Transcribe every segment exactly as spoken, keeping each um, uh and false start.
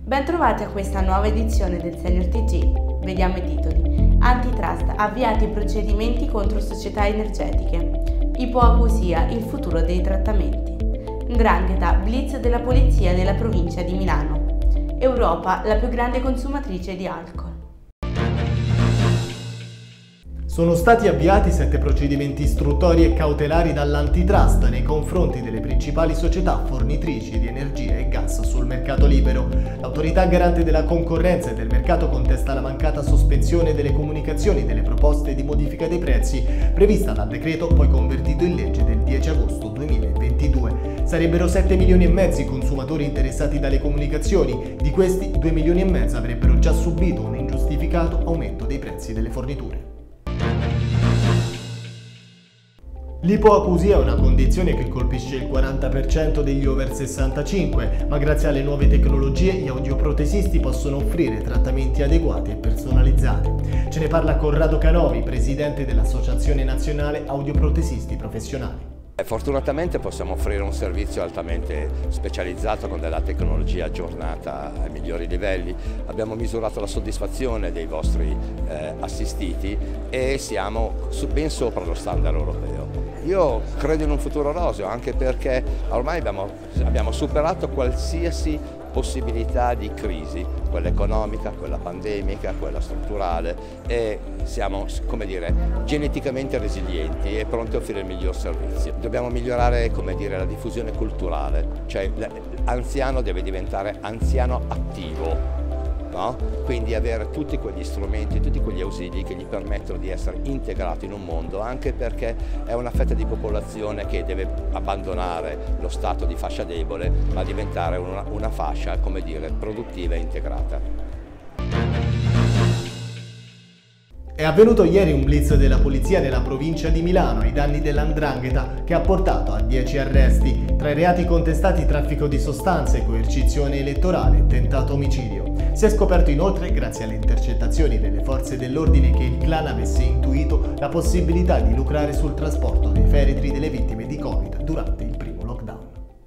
Bentrovati a questa nuova edizione del Senior T G. Vediamo i titoli. Antitrust, avviati procedimenti contro società energetiche. Ipoacusia, il futuro dei trattamenti. 'Ndrangheta, blitz della polizia nella provincia di Milano. Europa, la più grande consumatrice di alcol. Sono stati avviati sette procedimenti istruttori e cautelari dall'Antitrust nei confronti delle principali società fornitrici di energia e gas sul mercato libero. L'autorità garante della concorrenza e del mercato contesta la mancata sospensione delle comunicazioni delle proposte di modifica dei prezzi prevista dal decreto poi convertito in legge del dieci agosto duemilaventidue. Sarebbero sette milioni e mezzo i consumatori interessati dalle comunicazioni, di questi due milioni e mezzo avrebbero già subito un ingiustificato aumento dei prezzi delle forniture. L'ipoacusia è una condizione che colpisce il quaranta per cento degli over sessantacinque, ma grazie alle nuove tecnologie gli audioprotesisti possono offrire trattamenti adeguati e personalizzati. Ce ne parla Corrado Canovi, presidente dell'Associazione Nazionale Audioprotesisti Professionali. Fortunatamente possiamo offrire un servizio altamente specializzato con della tecnologia aggiornata ai migliori livelli. Abbiamo misurato la soddisfazione dei vostri eh, assistiti e siamo ben sopra lo standard europeo. Io credo in un futuro roseo, anche perché ormai abbiamo, abbiamo superato qualsiasi possibilità di crisi, quella economica, quella pandemica, quella strutturale, e siamo, come dire, geneticamente resilienti e pronti a offrire il miglior servizio. Dobbiamo migliorare, come dire, la diffusione culturale, cioè l'anziano deve diventare anziano attivo. No? Quindi avere tutti quegli strumenti, tutti quegli ausili che gli permettono di essere integrato in un mondo, anche perché è una fetta di popolazione che deve abbandonare lo stato di fascia debole, ma diventare una, una fascia, come dire, produttiva e integrata. È avvenuto ieri un blitz della polizia nella provincia di Milano ai danni dell'Ndrangheta che ha portato a dieci arresti. Tra i reati contestati traffico di sostanze, coercizione elettorale e tentato omicidio. Si è scoperto inoltre, grazie alle intercettazioni delle forze dell'ordine, che il clan avesse intuito la possibilità di lucrare sul trasporto dei feretri delle vittime di Covid durante il primo lockdown.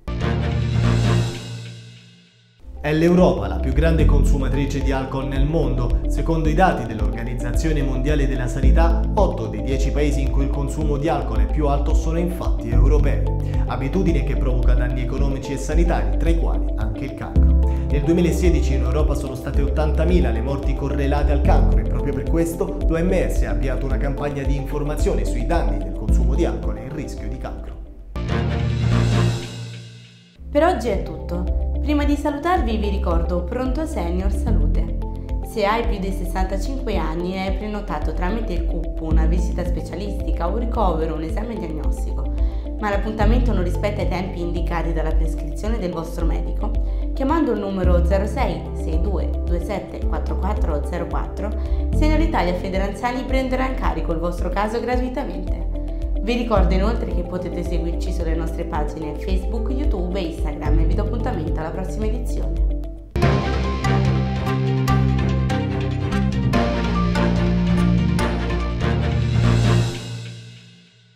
È l'Europa la più grande consumatrice di alcol nel mondo. Secondo i dati dell'Organizzazione Mondiale della Sanità, otto dei dieci paesi in cui il consumo di alcol è più alto sono infatti europei. Abitudine che provoca danni economici e sanitari, tra i quali anche il cancro. Nel duemilasedici in Europa sono state ottantamila le morti correlate al cancro e proprio per questo l'O M S ha avviato una campagna di informazione sui danni del consumo di alcol e il rischio di cancro. Per oggi è tutto. Prima di salutarvi vi ricordo Pronto Senior Salute. Se hai più di sessantacinque anni e hai prenotato tramite il C U P una visita specialistica, un ricovero, un esame diagnostico, ma l'appuntamento non rispetta i tempi indicati dalla prescrizione del vostro medico, chiamando il numero zero sei sei due due sette quattro quattro zero quattro, Senior Italia Federanziani prenderà in carico il vostro caso gratuitamente. Vi ricordo inoltre che potete seguirci sulle nostre pagine Facebook, YouTube e Instagram e vi do appuntamento alla prossima edizione.